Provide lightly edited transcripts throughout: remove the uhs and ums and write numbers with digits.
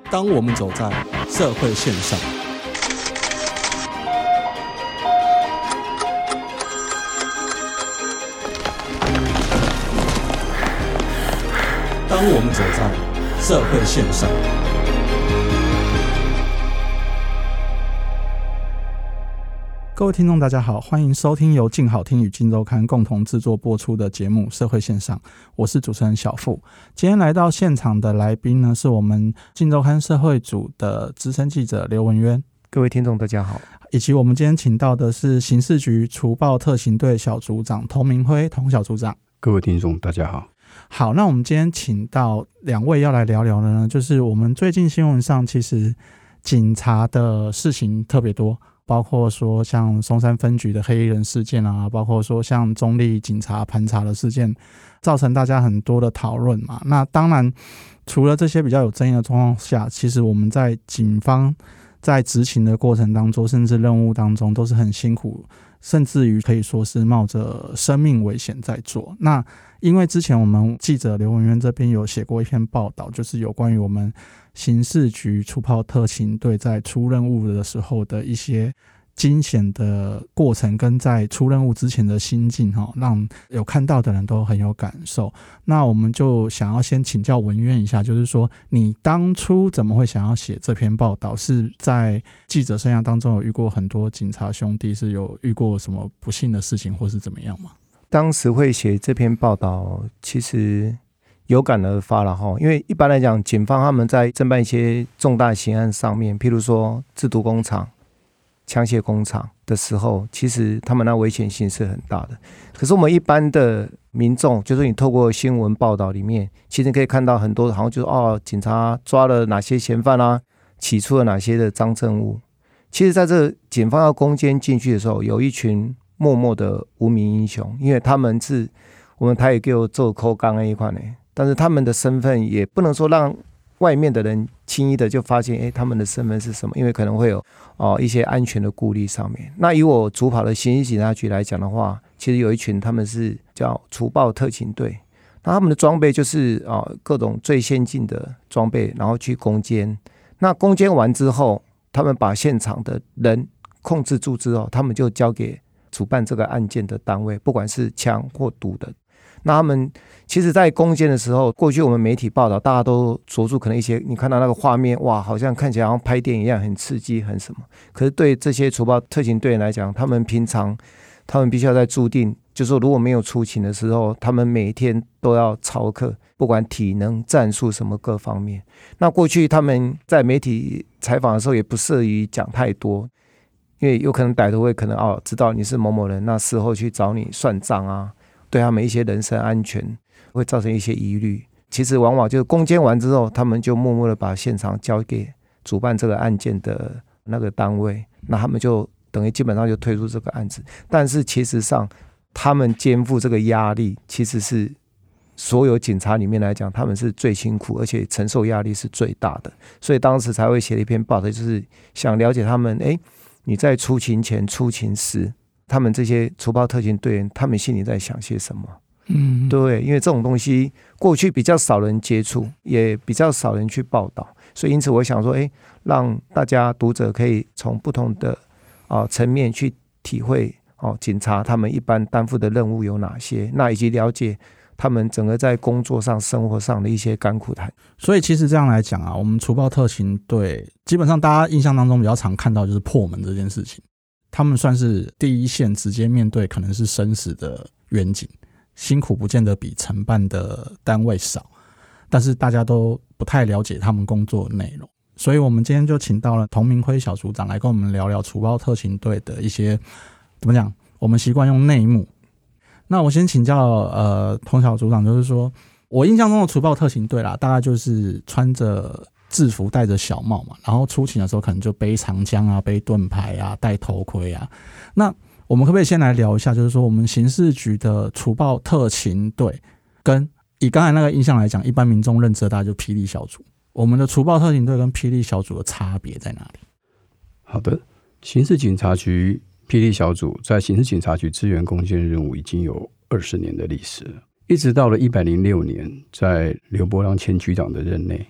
当我们走在社会线上，当我们走在社会线上。各位听众大家好，欢迎收听由静好听与静周刊共同制作播出的节目《社会线上》，我是主持人小富。今天来到现场的来宾呢，是我们静周刊社会组的资深记者刘文渊。 各位听众大家好， 以及我们今天请到的是刑事局除暴特勤队小组长童明辉童小组长。 各位听众大家好。 好，那我们今天请到两位要来聊聊的呢，就是我们最近新闻上其实警察的事情特别多，包括说像松山分局的黑衣人事件啊，包括说像中立警察盘查的事件，造成大家很多的讨论嘛。那当然除了这些比较有争议的状况下，其实我们在警方在执勤的过程当中，甚至任务当中都是很辛苦，甚至于可以说是冒着生命危险在做。那因为之前我们记者刘文渊这边有写过一篇报道，就是有关于我们刑事局除暴特勤队在出任务的时候的一些惊险的过程，跟在出任务之前的心境，让有看到的人都很有感受。那我们就想要先请教文渊一下，就是说你当初怎么会想要写这篇报道？是在记者生涯当中有遇过很多警察兄弟，是有遇过什么不幸的事情或是怎么样吗？ 当时会写这篇报道其实有感而发了，因为一般来讲警方他们在侦办一些重大刑案上面，譬如说制毒工厂、枪械工厂的时候，其实他们那危险性是很大的。可是我们一般的民众，就是你透过新闻报道里面，其实可以看到很多好像就是警察抓了哪些嫌犯啊，起出了哪些的赃证物。其实在这警方要攻坚进去的时候，有一群默默的无名英雄，因为他们是我们台语叫做扣杠的一款的，但是他们的身份也不能说让外面的人轻易的就发现他们的身份是什么，因为可能会有一些安全的顾虑上面。那以我主跑的刑事警察局来讲的话，其实有一群他们是叫除暴特勤队，那他们的装备就是各种最先进的装备，然后去攻坚。那攻坚完之后，他们把现场的人控制住之后，他们就交给主办这个案件的单位，不管是枪或毒的。那他们其实在攻坚的时候，过去我们媒体报道大家都着重可能一些你看到那个画面，哇，好像看起来好像拍电影一样，很刺激很什么。可是对这些除暴特勤队来讲，他们平常他们必须要在注定，就是说如果没有出勤的时候，他们每天都要操课，不管体能战术什么各方面。那过去他们在媒体采访的时候也不适宜讲太多，因为有可能歹徒会可能知道你是某某人，那事后去找你算账啊，对他们一些人身安全会造成一些疑虑。其实往往就是攻坚完之后，他们就默默的把现场交给主办这个案件的那个单位，那他们就等于基本上就推出这个案子。但是其实上他们肩负这个压力，其实是所有警察里面来讲，他们是最辛苦，而且承受压力是最大的。所以当时才会写了一篇报道，就是想了解他们你在出勤前出勤时，他们这些除暴特勤队员他们心里在想些什么。对，因为这种东西过去比较少人接触，也比较少人去报道，所以因此我想说让大家读者可以从不同的层面去体会警察他们一般担负的任务有哪些，那以及了解他们整个在工作上生活上的一些甘苦谈。 所以其实这样来讲我们除暴特勤队基本上大家印象当中比较常看到就是破门这件事情，他们算是第一线直接面对可能是生死的远景，辛苦不见得比承办的单位少，但是大家都不太了解他们工作的内容。所以我们今天就请到了童明辉小组长来跟我们聊聊除暴特勤队的一些怎么讲，我们习惯用内幕。那我先请教童小组长，就是说我印象中的除暴特勤队啦，大概就是穿着制服戴着小帽嘛，然后出勤的时候可能就背长枪啊，背盾牌啊，戴头盔啊。那我们可不可以先来聊一下，就是说我们刑事局的除暴特勤队跟以刚才那个印象来讲，一般民众认知的大概就霹雳小组，我们的除暴特勤队跟霹雳小组的差别在哪里？ 好的，刑事警察局霹雳小组在刑事警察局支援攻坚任务已经有20年的历史了，一直到了106年，在刘伯让前局长的任内，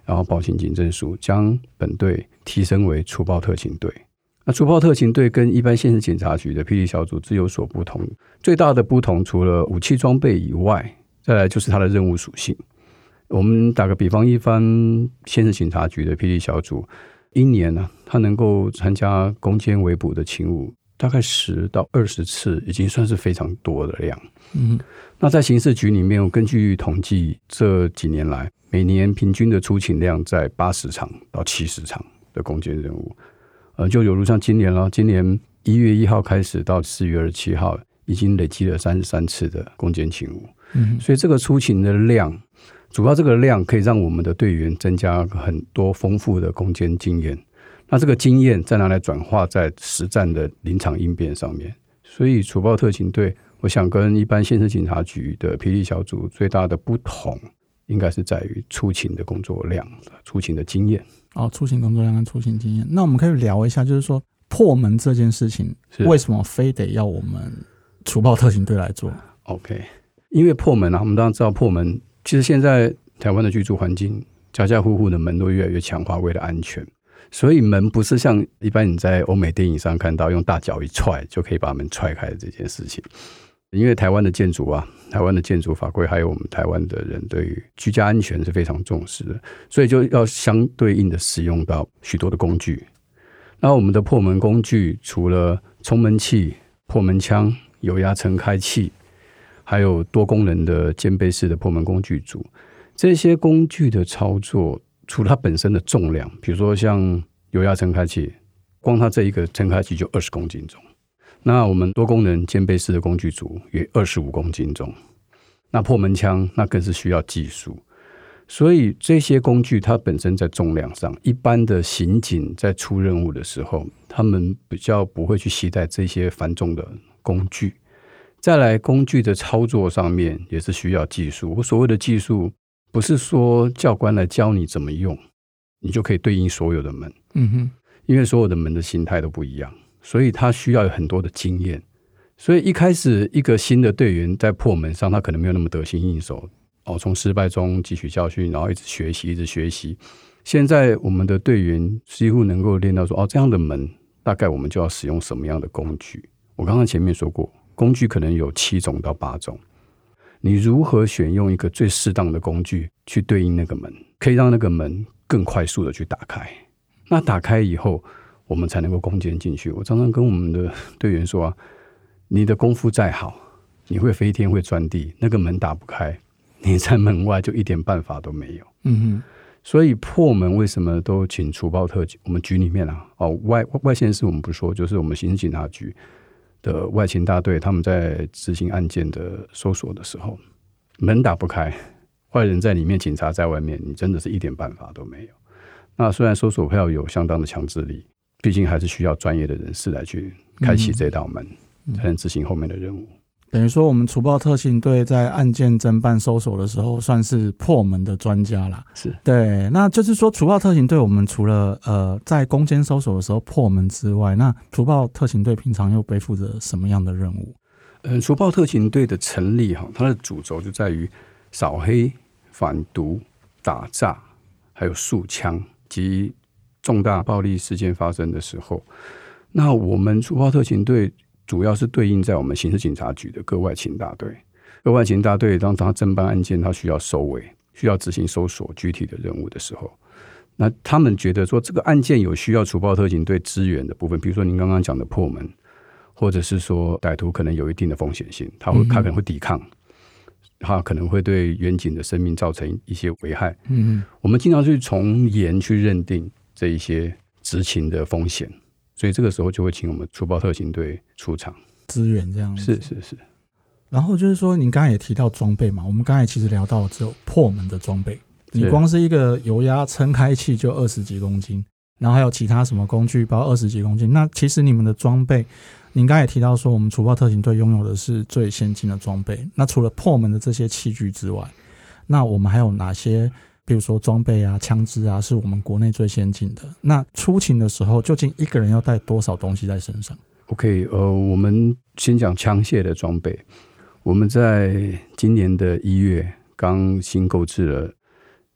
然后报请警政署，将本队提升为除暴特勤队。那除暴特勤队跟一般县市警察局的霹雳小组自有所不同，最大的不同除了武器装备以外，再来就是它的任务属性。我们打个比方，一般县市警察局的霹雳小组一年呢，它能够参加攻坚围捕的勤务大概10到20次，已经算是非常多的量。那在刑事局里面，我根据统计，这几年来每年平均的出勤量在80场到70场的攻坚任务。就有如像今年了，今年1月1号开始到4月27号，已经累积了33次的攻坚勤务。所以这个出勤的量，主要这个量可以让我们的队员增加很多丰富的攻坚经验。那这个经验再拿来转化在实战的临场应变上面。所以除暴特勤队，我想跟一般县市警察局的霹雳小组最大的不同，应该是在于出勤的工作量、出勤的经验。 出勤工作量跟出勤经验。那我们可以聊一下，就是说破门这件事情，为什么非得要我们除暴特勤队来做 ？OK， 因为破门我们当然知道破门，其实现在台湾的居住环境，家家户户的门都越来越强化，为了安全。所以门不是像一般你在欧美电影上看到用大脚一踹就可以把门踹开的这件事情。因为台湾的建筑台湾的建筑法规还有我们台湾的人对于居家安全是非常重视的，所以就要相对应的使用到许多的工具。那我们的破门工具除了冲门器、破门枪、油压撑开器，还有多功能的肩背式的破门工具组，这些工具的操作除了它本身的重量，比如说像油压撑开器，光它这一个撑开器就20公斤重。那我们多功能肩背式的工具组约25公斤重，那破门枪那更是需要技术。所以这些工具它本身在重量上，一般的刑警在出任务的时候，他们比较不会去携带这些繁重的工具。再来工具的操作上面也是需要技术。我所谓的技术不是说教官来教你怎么用你就可以对应所有的门，因为所有的门的形态都不一样，所以他需要有很多的经验。所以一开始一个新的队员在破门上他可能没有那么得心应手，从失败中汲取教训，然后一直学习。现在我们的队员几乎能够练到说，这样的门大概我们就要使用什么样的工具。我刚刚前面说过，工具可能有7种到8种，你如何选用一个最适当的工具去对应那个门，可以让那个门更快速的去打开。那打开以后我们才能够攻坚进去。我常常跟我们的队员说你的功夫再好，你会飞天会钻地，那个门打不开，你在门外就一点办法都没有。所以破门为什么都请除暴特勤？我们局里面外县市我们不说，就是我们刑事警察局的外勤大队，他们在执行案件的搜索的时候，门打不开，坏人在里面，警察在外面，你真的是一点办法都没有。那虽然搜索票有相当的强制力，毕竟还是需要专业的人士来去开启这道门，才能执行后面的任务。 等于说我们除暴特勤队在案件侦办搜索的时候算是破门的专家啦。 是， 对，那就是说除暴特勤队我们除了在攻坚搜索的时候破门之外，那除暴特勤队平常又背负着什么样的任务？ 除暴特勤队的成立它的主轴就在于扫黑、反毒、打诈，还有肃枪及重大暴力事件发生的时候，那我们除暴特勤队主要是对应在我们刑事警察局的各外勤大队。各外勤大队当他侦办案件，他需要收尾，需要执行搜索具体的任务的时候，那他们觉得说这个案件有需要除暴特勤队支援的部分，比如说您刚刚讲的破门，或者是说歹徒可能有一定的风险性，他可能会抵抗，他可能会对员警的生命造成一些危害。我们经常去从严去认定这一些执勤的风险，所以这个时候就会请我们除暴特勤队出场支援这样子。 是。 然后就是说您刚才也提到装备嘛，我们刚才其实聊到只有破门的装备，你光是一个油压撑开器就20几公斤，然后还有其他什么工具包20几公斤。那其实你们的装备，您刚才也提到说我们除暴特勤队拥有的是最先进的装备，那除了破门的这些器具之外，那我们还有哪些比如说装备枪支是我们国内最先进的？那出勤的时候究竟一个人要带多少东西在身上？ OK， 我们先讲枪械的装备。我们在今年的1月刚新购置了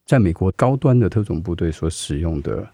在美国高端的特种部队所使用的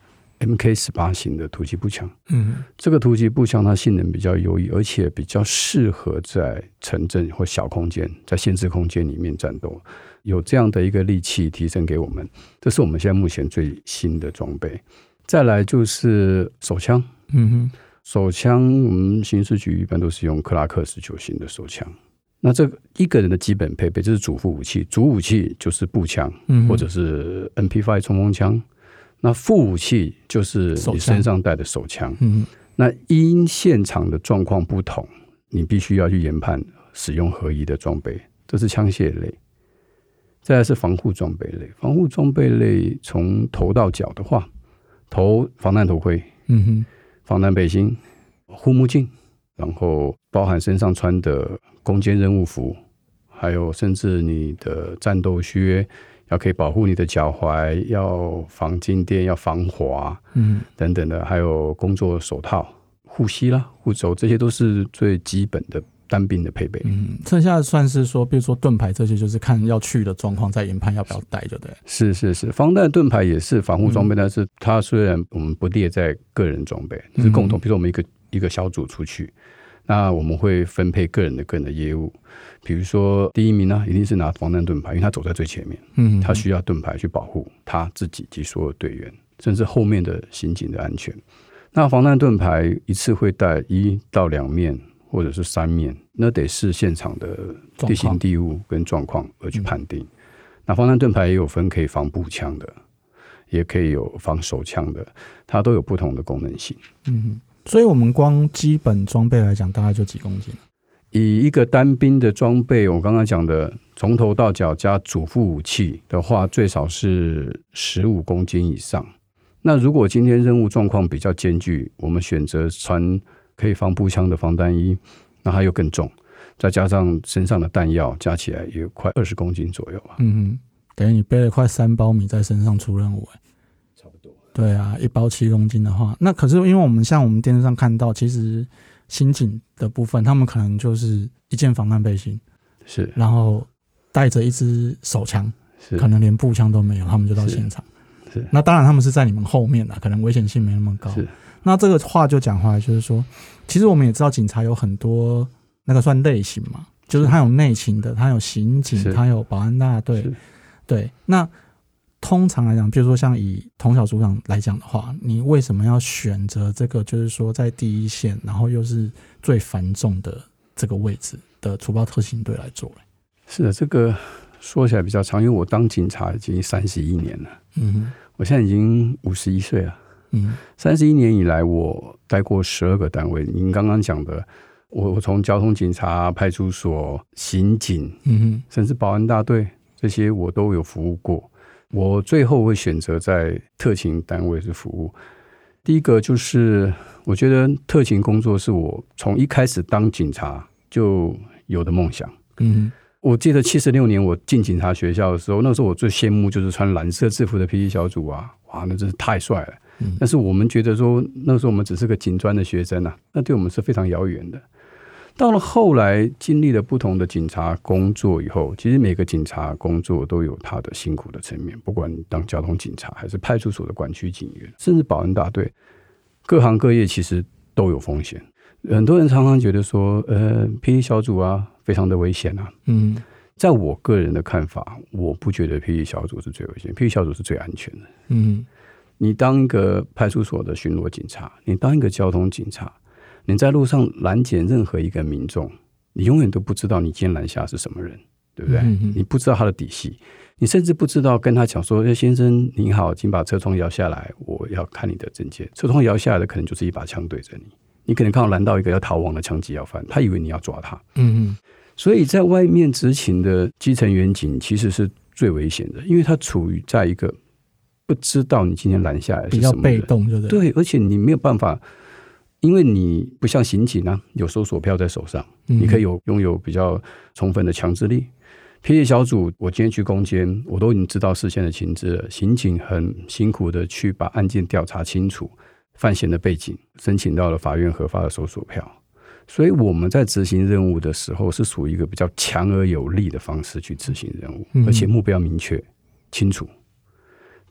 MK18 型的突击步枪。这个突击步枪它性能比较优异，而且比较适合在城镇或小空间，在限制空间里面战斗，有这样的一个利器提升给我们，这是我们现在目前最新的装备。再来就是手枪。手枪我们刑事局一般都是用克拉克19型的手枪。那这个一个人的基本配备，这是主副武器，主武器就是步枪，或者是 MP5 冲锋枪。那副武器就是你身上带的手枪。那因现场的状况不同，你必须要去研判使用合一的装备，这是枪械类。再来是防护装备类，防护装备类从头到脚的话，头防弹头盔，防弹背心、护目镜，然后包含身上穿的攻坚任务服，还有甚至你的战斗靴，要可以保护你的脚踝，要防静电，要防滑，等等的，还有工作手套、护膝啦、护肘，这些都是最基本的单兵的配备。 剩下的算是说，比如说盾牌这些，就是看要去的状况再研判要不要带，就对。是， 防弹盾牌也是防护装备，但是它虽然我们不列在个人装备，是共同，比如说我们一个小组出去，那我们会分配个人的业务。比如说第一名呢，一定是拿防弹盾牌，因为他走在最前面，他需要盾牌去保护他自己及所有队员，甚至后面的刑警的安全。那防弹盾牌一次会带1到2面或者是3面，那得是现场的地形地物跟状况而去判定。那防弹盾牌也有分可以防步枪的，也可以有防手枪的，它都有不同的功能性。 所以我们光基本装备来讲，大概就几公斤？ 以一个单兵的装备，我刚刚讲的从头到脚加主副武器的话，最少是15公斤以上。那如果今天任务状况比较艰巨，我们选择穿可以防步枪的防弹衣，那它又更重，再加上身上的弹药，加起来也快20公斤左右吧。 等于你背了快3包米在身上出任务。 差不多。 对啊，1包7公斤的话，那可是因为我们电视上看到，其实刑警的部分，他们可能就是一件防弹背心， 是， 然后带着一支手枪，可能连步枪都没有，他们就到现场。是，那当然他们是在你们后面啦，可能危险性没那么高。是，那这个话就讲回来，就是说，其实我们也知道警察有很多那个算类型嘛，就是他有内勤的，他有刑警，他有保安大队。对，那通常来讲，比如说像以童小组长来讲的话，你为什么要选择这个就是说在第一线，然后又是最繁重的这个位置的除暴特勤队来做？ 是的，这个说起来比较长，因为我当警察已经31年了。我现在已经51岁了。31年以来，我待过12个单位。您刚刚讲的，我从交通警察、派出所、刑警，甚至保安大队，这些我都有服务过。我最后会选择在特勤单位是服务。第一个就是我觉得特勤工作是我从一开始当警察就有的梦想。我记得76年我进警察学校的时候，那时候我最羡慕就是穿蓝色制服的霹雳小组啊，哇，那真是太帅了。但是我们觉得说那时候我们只是个警专的学生啊，那对我们是非常遥远的。到了后来经历了不同的警察工作以后，其实每个警察工作都有他的辛苦的层面，不管你当交通警察还是派出所的管区警员，甚至保安大队，各行各业其实都有风险。很多人常常觉得说霹雳小组啊非常的危险啊。在我个人的看法，我不觉得霹雳小组是最危险，霹雳小组是最安全的。你当一个派出所的巡逻警察，你当一个交通警察，你在路上拦截任何一个民众，你永远都不知道你今天拦下是什么人，对不对？你不知道他的底细，你甚至不知道跟他讲说先生您好，请把车窗摇下来，我要看你的证件。车窗摇下来的可能就是一把枪对着你，你可能看到拦到一个要逃亡的枪击要犯，他以为你要抓他。所以在外面执勤的基层员警其实是最危险的，因为他处于在一个不知道你今天拦下来是什么人， 比较被动，对不对？ 对，而且你没有办法，因为你不像刑警啊，有搜索票在手上，你可以拥有比较充分的强制力。霹雳小组，我今天去攻坚，我都已经知道事先的情资了。刑警很辛苦的去把案件调查清楚，犯嫌的背景，申请到了法院核发的搜索票。所以我们在执行任务的时候，是属于一个比较强而有力的方式去执行任务，而且目标明确清楚。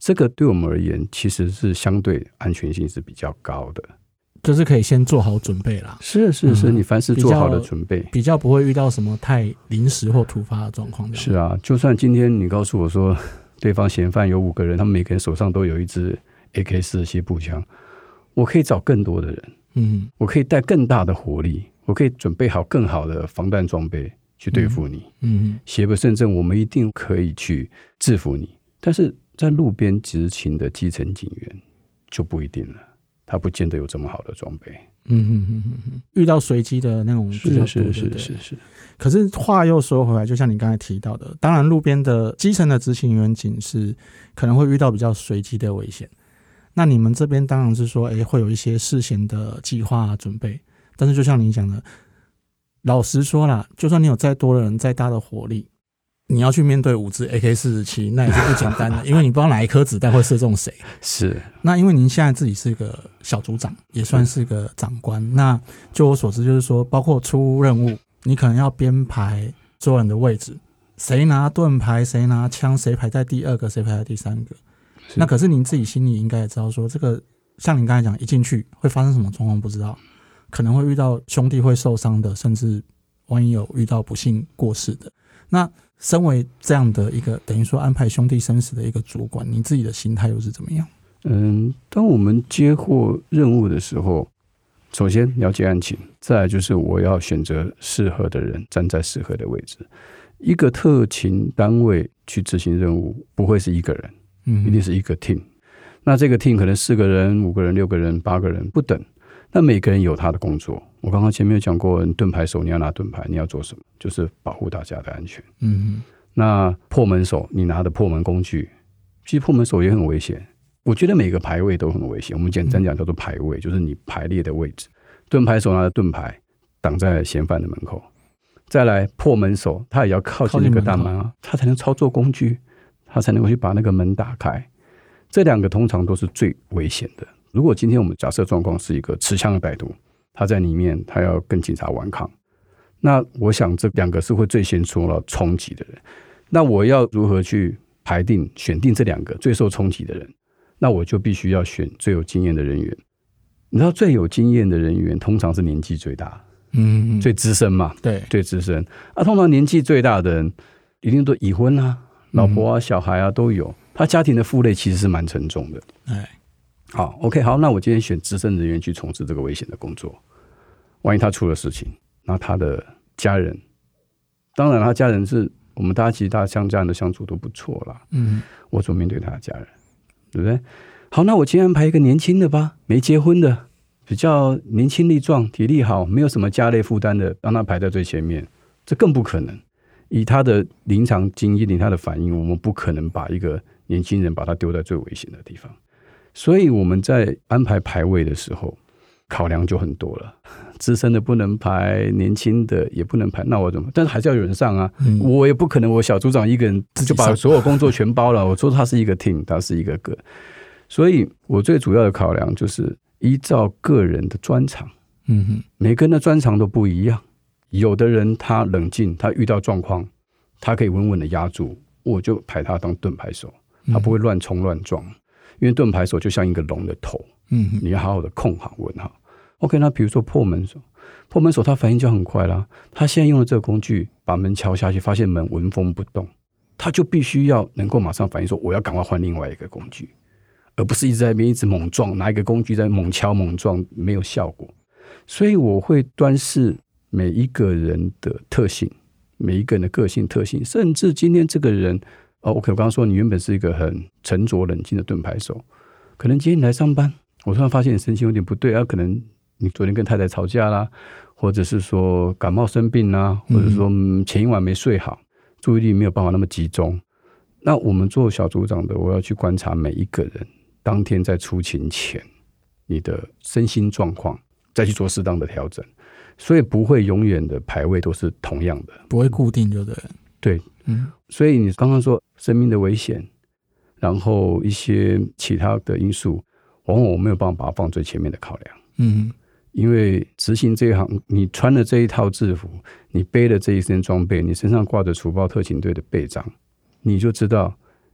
这个对我们而言其实是相对安全性是比较高的， 就是可以先做好准备啦。 是，你凡事做好了准备， 比较不会遇到什么太临时或突发的状况。 是啊，就算今天你告诉我说对方嫌犯有5个人，他们每个人手上都有一支 AK-47步枪，我可以找更多的人，我可以带更大的火力，我可以准备好更好的防弹装备去对付你，邪不胜正，我们一定可以去制服你。但是在路边执勤的基层警员就不一定了，他不见得有这么好的装备。 遇到随机的那种比较多， 是。 可是话又说回来，就像你刚才提到的，当然路边的基层的执勤员警是可能会遇到比较随机的危险。那你们这边当然是说，会有一些事先的计划准备。但是就像你讲的，老实说啦，就算你有再多的人、再大的火力，你要去面对5支 AK-47，那也是不简单的，因为你不知道哪一颗子弹会射中谁。 是。 那因为您现在自己是个小组长，也算是个长官，那就我所知，就是说，包括出任务，你可能要编排所有人的位置，谁拿盾牌，谁拿枪，谁排在第2个，谁排在第3个。那可是您自己心里应该也知道说，这个像您刚才讲，一进去会发生什么状况不知道，可能会遇到兄弟会受伤的，甚至万一有遇到不幸过世的。那身为这样的一个等于说安排兄弟生死的一个主管，你自己的心态又是怎么样？ 当我们接获任务的时候，首先了解案情，再来就是我要选择适合的人，站在适合的位置。一个特勤单位去执行任务不会是1个人，一定是一个 team。那这个 team 可能4个人、5个人、6个人、8个人不等，那每个人有他的工作。我刚刚前面有讲过，盾牌手你要拿盾牌，你要做什么？就是保护大家的安全。那破门手你拿的破门工具，其实破门手也很危险。我觉得每个排位都很危险，我们简单讲叫做排位，就是你排列的位置。盾牌手拿的盾牌挡在嫌犯的门口，再来破门手他也要靠近那个大门啊，他才能操作工具，他才能够去把那个门打开。这2个通常都是最危险的。如果今天我们假设状况是一个持枪的歹徒，他在里面，他要跟警察顽抗，那我想这2个是会最先受到冲击的人。那我要如何去选定这2个最受冲击的人？那我就必须要选最有经验的人员。你知道最有经验的人员通常是年纪最大，最资深嘛， 对， 最资深啊。通常年纪最大的人一定都已婚啊，老婆啊、小孩啊都有，他家庭的负累其实是蛮沉重的。好 ，OK， 好，那我今天选资深人员去从事这个危险的工作，万一他出了事情，那他的家人，当然他家人是我们大家像家人的相处都不错啦，我怎么面对他的家人，对不对？好，那我今天安排一个年轻的吧，没结婚的，比较年轻力壮，体力好，没有什么家累负担的，让他排在最前面，这更不可能。以他的临场经验，以他的反应，我们不可能把一个年轻人把他丢在最危险的地方。所以我们在安排排位的时候，考量就很多了。资深的不能排，年轻的也不能排，那我怎么？但是还是要有人上啊！我也不可能，我小组长一个人就把所有工作全包了。我说他是一个 team， 他是一个个，所以我最主要的考量就是依照个人的专长。每个人的专长都不一样。有的人他冷静，他遇到状况，他可以稳稳的压住，我就排他当盾牌手，他不会乱冲乱撞。因为盾牌手就像一个龙的头，你要好好的控好稳好。OK， 那比如说破门手他反应就很快啦。他现在用的这个工具，把门敲下去，发现门纹风不动，他就必须要能够马上反应说，我要赶快换另外一个工具，而不是一直在那边一直猛撞，拿一个工具在猛敲猛撞，没有效果。所以我会端视每一个人的特性，每一个人的个性特性，甚至今天这个人。OK， 我刚刚说你原本是一个很沉着冷静的盾牌手，可能今天你来上班，我突然发现你身心有点不对啊，可能你昨天跟太太吵架啦，或者是说感冒生病啦，或者说前一晚没睡好，注意力没有办法那么集中。那我们做小组长的，我要去观察每一个人当天在出勤前你的身心状况，再去做适当的调整，所以不会永远的排位都是同样的， 不会固定，就对。 所以你刚刚说生命的危险，然后一些其他的因素，往往我没有办法把它放最前面的考量。因为执行这一行，你穿了这一套制服，你背了这一身装备，你身上挂着除暴特勤队的背章，你就知道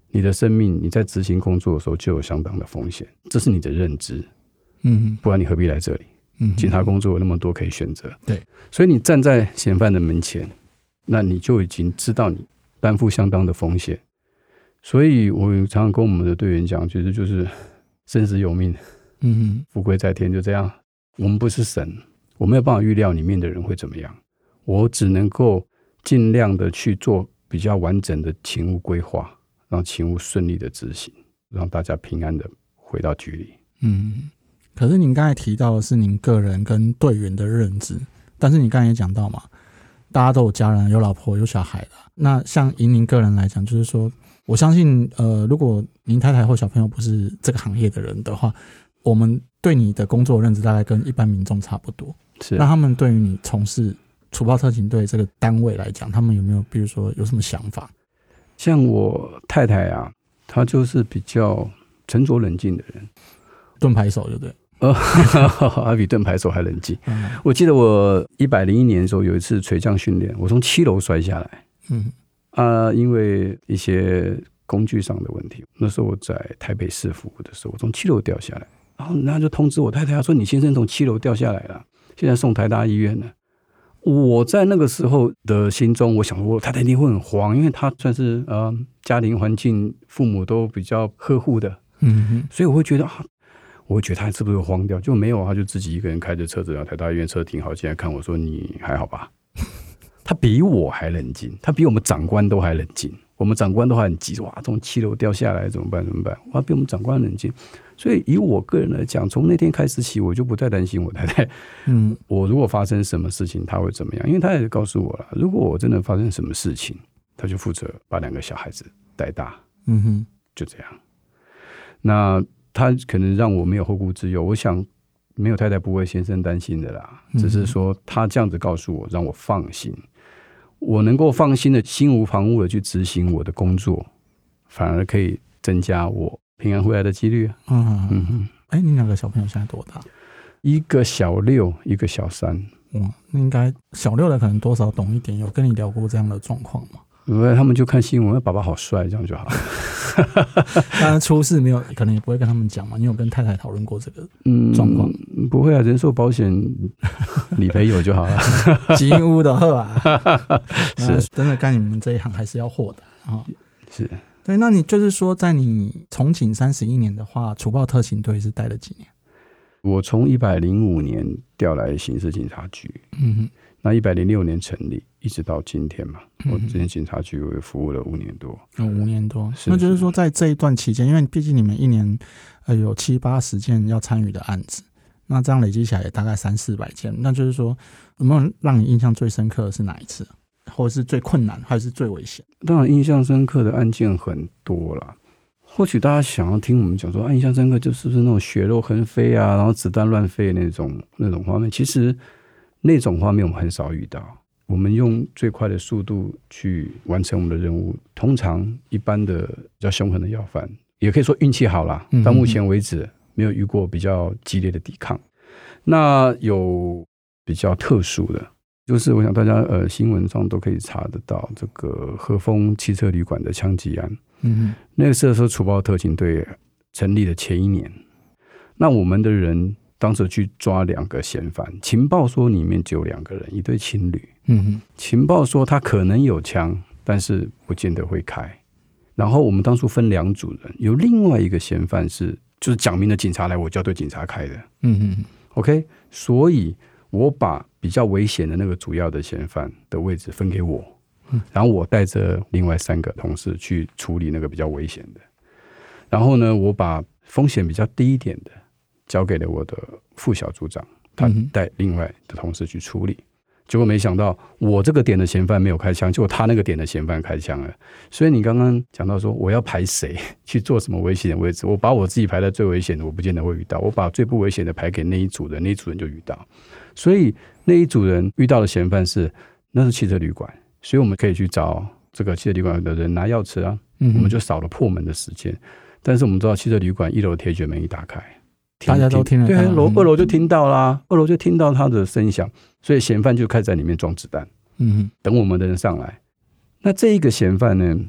你的生命你在执行工作的时候就有相当的风险，这是你的认知。不然你何必来这里？警察工作有那么多可以选择， 对， 所以你站在嫌犯的门前，那你就已经知道你担负相当的风险。所以我常常跟我们的队员讲，其实就是生死有命，富贵在天，就这样。我们不是神，我没有办法预料里面的人会怎么样，我只能够尽量的去做比较完整的勤务规划，让勤务顺利的执行，让大家平安的回到局里。 可是您刚才提到的是您个人跟队员的认知，但是你刚才也讲到嘛，大家都有家人，有老婆有小孩的。那像以您个人来讲，就是说我相信如果您太太或小朋友不是这个行业的人的话，我们对你的工作认知大概跟一般民众差不多。 是， 那他们对于你从事楚豹特勤队这个单位来讲，他们有没有比如说有什么想法？ 像我太太啊，她就是比较沉着冷静的人， 盾牌手对不对？ 他比盾牌手还冷静。我记得我101年的时候有一次垂降训练，我从7楼摔下来。因为一些工具上的问题，那时候我在台北市服务的时候，我从7楼掉下来，然后人家就通知我太太，他说你先生从7楼掉下来了，现在送台大医院了。我在那个时候的心中，我想说我太太一定会很慌，因为她算是家庭环境父母都比较呵护的，所以我会觉得他是不是会慌掉？就没有，他就自己一个人开着车子，然后台大医院车停好进来看我说你还好吧？他比我还冷静，他比我们长官都还冷静。我们长官都还很急，哇，从7楼掉下来怎么办？哇，比我们长官冷静。所以以我个人来讲，从那天开始起，我就不太担心我太太。我如果发生什么事情，他会怎么样？因为他也告诉我了，如果我真的发生什么事情，他就负责把2个小孩子带大。就这样。那他可能让我没有后顾之忧，我想没有太太不为先生担心的啦，只是说他这样子告诉我，让我放心，我能够放心的心无旁骛的去执行我的工作，反而可以增加我平安回来的几率。你2个小朋友现在多大？一个小6，一个小3。 那应该小6的可能多少懂一点，有跟你聊过这样的状况吗？ 他们就看新闻，爸爸好帅，这样就好。 当然出事没有，可能也不会跟他们讲嘛。你有跟太太讨论过这个状况？ 不会啊，人寿保险理赔有就好了。 吉屋的贺啊，是真的干你们这一行还是要获的。 是， 对。那你就是说，在你从警31年的话，楚豹特勤队是待了几年？ 我从105年调来刑事警察局。那106年成立，一直到今天嘛。我之前警察局我也服务了5年多。5 年多，那就是说在这一段期间，因为毕竟你们一年有70-80件要参与的案子，那这样累积起来也大概300-400件。那就是说，有没有让你印象最深刻的是哪一次，或者是最困难，还是最危险？ 当然，印象深刻的案件很多啦。或许大家想要听我们讲说，印象深刻就是不是那种血肉横飞啊，然后子弹乱飞那种画面？其实那种画面我们很少遇到。我们用最快的速度去完成我们的任务。通常一般的比较凶狠的要犯，也可以说运气好啦，到目前为止没有遇过比较激烈的抵抗。那有比较特殊的，就是我想大家新闻上都可以查得到这个和风汽车旅馆的枪击案。那个时候楚豹特勤队成立的前1年，那我们的人当时去抓2个嫌犯，情报说里面只有2个人，一对情侣。情报说他可能有枪，但是不见得会开。然后我们当初分2组人，有另外一个嫌犯就是讲明了警察来，我就要对警察开的。OK， 所以我把比较危险的那个主要的嫌犯的位置分给我，然后我带着另外3个同事去处理那个比较危险的。然后呢，我把风险比较低一点的交给了我的副小组长，他带另外的同事去处理。结果没想到我这个点的嫌犯没有开枪，结果他那个点的嫌犯开枪了。所以你刚刚讲到说我要排谁去做什么危险的位置，我把我自己排在最危险的我不见得会遇到，我把最不危险的排给那一组人，那一组人就遇到。所以那一组人遇到的嫌犯那是汽车旅馆，所以我们可以去找这个汽车旅馆的人拿钥匙啊，我们就少了破门的时间。但是我们知道汽车旅馆1楼铁卷门一打开， 大家都听得到， 对，2楼就听到啦，2楼就听到他的声响，所以嫌犯就开始在里面装子弹，等我们的人上来。那这一个嫌犯呢，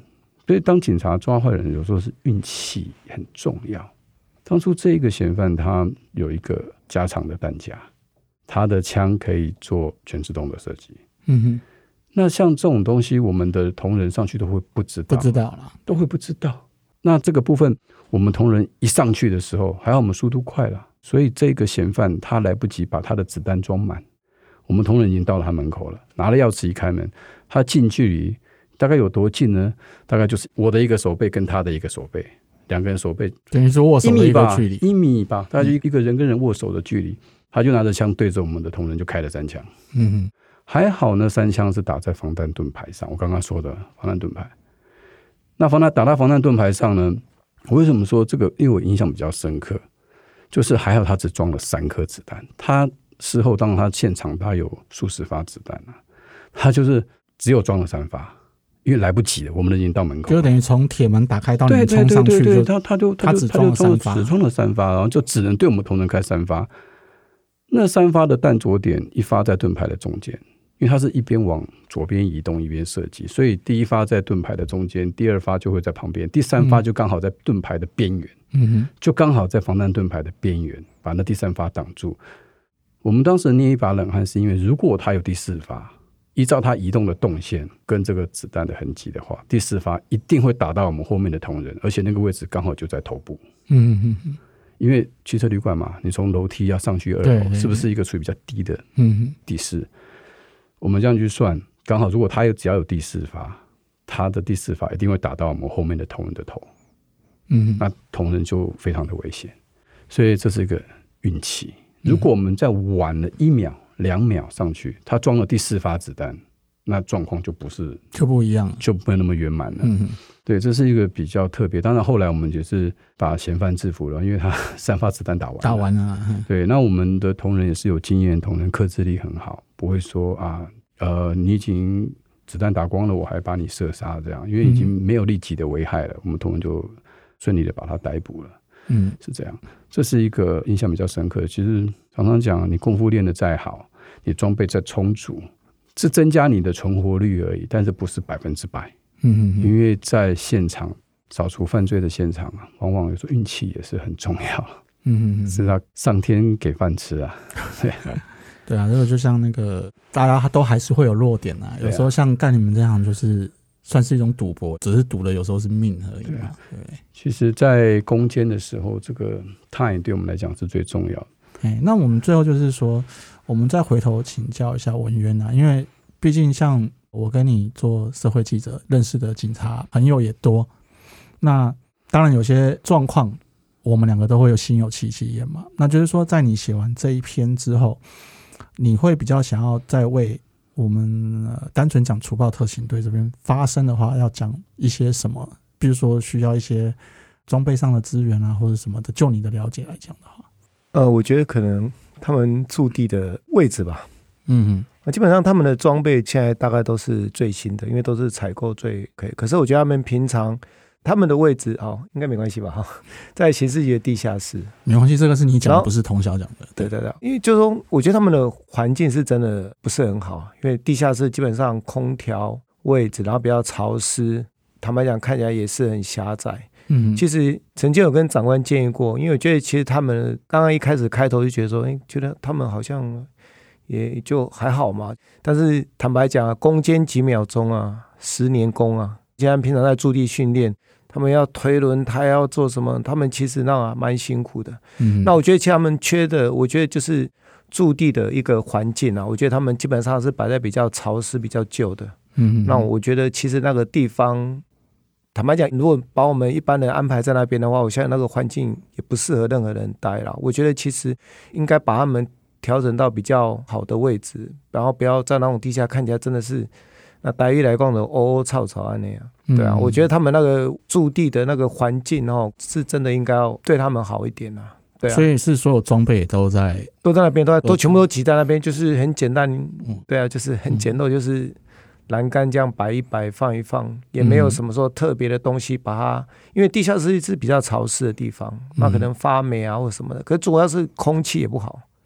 所以当警察抓坏人，有时候是运气很重要。当初这个嫌犯他有一个加长的弹夹，他的枪可以做全自动的设计。那像这种东西，我们的同仁上去都会不知道啦，都会不知道。那这个部分，我们同仁一上去的时候，还好我们速度快了，所以这个嫌犯他来不及把他的子弹装满，我们同仁已经到了他门口了，拿了钥匙一开门，他近距离大概有多近呢？大概就是我的一个手背跟他的一个手背，两个人手背等于是握手的一个距离 ，1米吧，大概就一个人跟人握手的距离，他就拿着枪对着我们的同仁就开了3枪。还好呢，3枪是打在防弹盾牌上，我刚刚说的防弹盾牌。那打到防弹盾牌上呢，我为什么说这个？因为我印象比较深刻，就是还好他只装了3颗子弹。他事后当然他现场他有数十发子弹啊，他就是只有装了3发，因为来不及了，我们已经到门口了， 就等于从铁门打开到你们冲上去， 对，他只装了3发， 只装了3发，然后就只能对我们同仁开3发。那3发的弹着点，一发在盾牌的中间。因为它是一边往左边移动一边射击，所以第1发在盾牌的中间，第2发就会在旁边，第3发就刚好在盾牌的边缘，就刚好在防弹盾牌的边缘，把那第3发挡住。我们当时捏一把冷汗，是因为如果他有第4发，依照他移动的动线跟这个子弹的痕迹的话，第4发一定会打到我们后面的同仁，而且那个位置刚好就在头部。因为汽车旅馆嘛，你从楼梯要上去2楼，是不是一个处于比较低的地势？我们这样去算，刚好如果他只要有第4发，他的第4发一定会打到我们后面的同仁的头，那同仁就非常的危险，所以这是一个运气。如果我们再晚了1秒、2秒上去，他装了第4发子弹，那状况就不一样了，就不会那么圆满了。对，这是一个比较特别。当然后来我们也是把嫌犯制服了，因为他3发子弹打完了。对，那我们的同仁也是有经验，同仁克制力很好，不会说你已经子弹打光了，我还把你射杀这样，因为已经没有立即的危害了，我们同仁就顺利的把他逮捕了。是这样，这是一个印象比较深刻的。其实常常讲，你功夫练得再好，你装备再充足，是增加你的存活率而已，但是不是100%。因为在现场扫除犯罪的现场，往往有时候运气也是很重要。是要上天给饭吃啊。 对啊，这个就像那个大家都还是会有弱点啊。有时候像干你们这样，就是算是一种赌博，只是赌的有时候是命而已嘛。对， 其实，在攻坚的时候，这个 time 对我们来讲是最重要的。 那我们最后就是说，我们再回头请教一下文渊啊，因为毕竟像我跟你做社会记者，认识的警察朋友也多。那当然有些状况，我们2个都会有心有戚戚焉嘛。那就是说，在你写完这一篇之后，你会比较想要再为我们单纯讲除暴特勤队这边发声的话，要讲一些什么？比如说需要一些装备上的资源啊，或者什么的。就你的了解来讲的话， 我觉得可能他们驻地的位置吧。基本上他们的装备现在大概都是最新的，因为都是采购最可以。可是我觉得他们平常他们的位置应该没关系吧？在刑事局的地下室， 没关系，这个是你讲的，不是童晓讲的。 对，因为就是说，我觉得他们的环境是真的不是很好，因为地下室基本上空调位置，然后比较潮湿，坦白讲看起来也是很狭窄。其实曾经有跟长官建议过，因为我觉得其实他们刚刚一开始开头就觉得说，觉得他们好像也就还好嘛。但是坦白讲攻坚几秒钟10年功现在平常在驻地训练，他们要推轮胎，要做什么，他们其实蛮辛苦的。那我觉得其实他们缺的，我觉得就是驻地的一个环境我觉得他们基本上是摆在比较潮湿、比较旧的。那我觉得其实那个地方，坦白讲，如果把我们一般人安排在那边的话，我相信那个环境也不适合任何人待啦。我觉得其实应该把他们调整到比较好的位置，然后不要在那种地下看起来真的是那台语来讲的吵吵那样。对啊，我觉得他们那个驻地的那个环境是真的应该要对他们好一点啊。对啊， 所以是所有装备也都在那边，都全部都挤在那边，就是很简单。对啊，就是很简陋，就是栏杆这样摆一摆，放一放，也没有什么说特别的东西把它，因为地下室是比较潮湿的地方，那可能发霉或什么的，可是主要是空气也不好。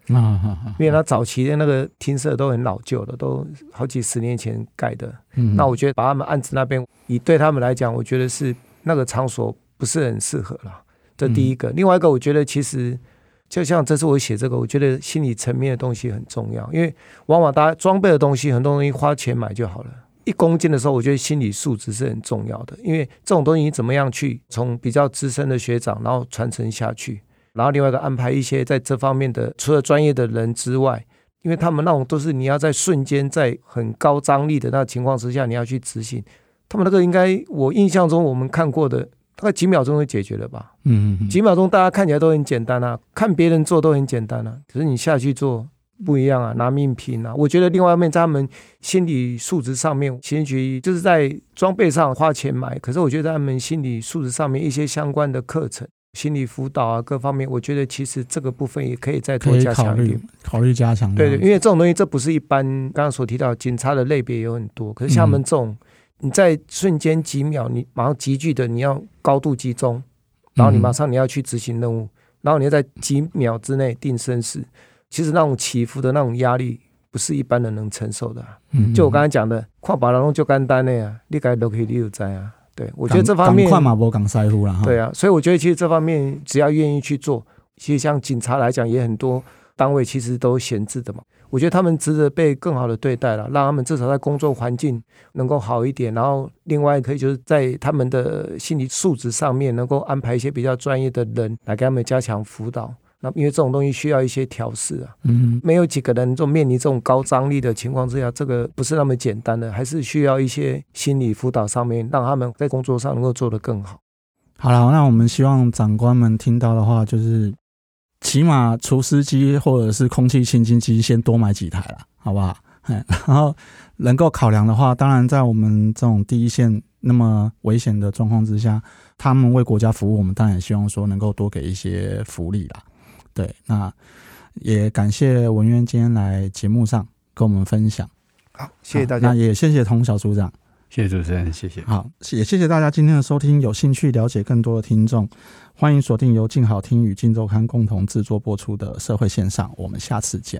因为他早期的那个厅舍都很老旧的，都好几十年前盖的。那我觉得把他们安置那边，以对他们来讲，我觉得是那个场所不是很适合啦。这第一个。另外一个，我觉得其实就像这次我写这个，我觉得心理层面的东西很重要，因为往往大家装备的东西，很多东西花钱买就好了。1公斤的时候，我觉得心理素质是很重要的，因为这种东西你怎么样去从比较资深的学长，然后传承下去。然后另外一个安排一些在这方面的除了专业的人之外，因为他们那种都是你要在瞬间在很高张力的那情况之下你要去执行，他们那个应该我印象中我们看过的大概几秒钟就解决了吧。几秒钟大家看起来都很简单啊，看别人做都很简单啊，可是你下去做不一样啊，拿命拼啊。我觉得另外一面在他们心理素质上面，心理学就是在装备上花钱买，可是我觉得他们心理素质上面一些相关的课程心理辅导啊各方面，我觉得其实这个部分也可以再多加强一点， 考虑加强。 对，因为这种东西这不是一般刚刚所提到警察的类别有很多，可是像他们这种你在瞬间几秒你马上急剧的你要高度集中，然后你马上你要去执行任务，然后你要在几秒之内定生死，其实那种起伏的那种压力不是一般人能承受的啊。就我刚才讲的看别人就简单的啊，你该落去你就知啊。对，我觉得这方面对啊，所以我觉得其实这方面只要愿意去做，其实像警察来讲也很多单位其实都闲置的嘛，我觉得他们值得被更好的对待了，让他们至少在工作环境能够好一点，然后另外可以就是在他们的心理素质上面能够安排一些比较专业的人来给他们加强辅导。那因为这种东西需要一些调试啊，没有几个人就面临这种高张力的情况之下，这个不是那么简单的，还是需要一些心理辅导上面，让他们在工作上能够做得更好。 好了，那我们希望长官们听到的话，就是起码除湿机或者是空气清净机先多买几台啦，好不好？然后能够考量的话，当然在我们这种第一线那么危险的状况之下，他们为国家服务，我们当然也希望说能够多给一些福利啦。对，那也感谢文渊今天来节目上跟我们分享。 好，谢谢大家。 那也谢谢童小组长， 谢谢主持人，谢谢。 好，也谢谢大家今天的收听。有兴趣了解更多的听众，欢迎锁定由静好听与静周刊共同制作播出的社会线上。我们下次见。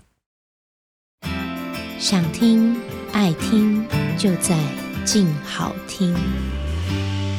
想听爱听，就在静好听。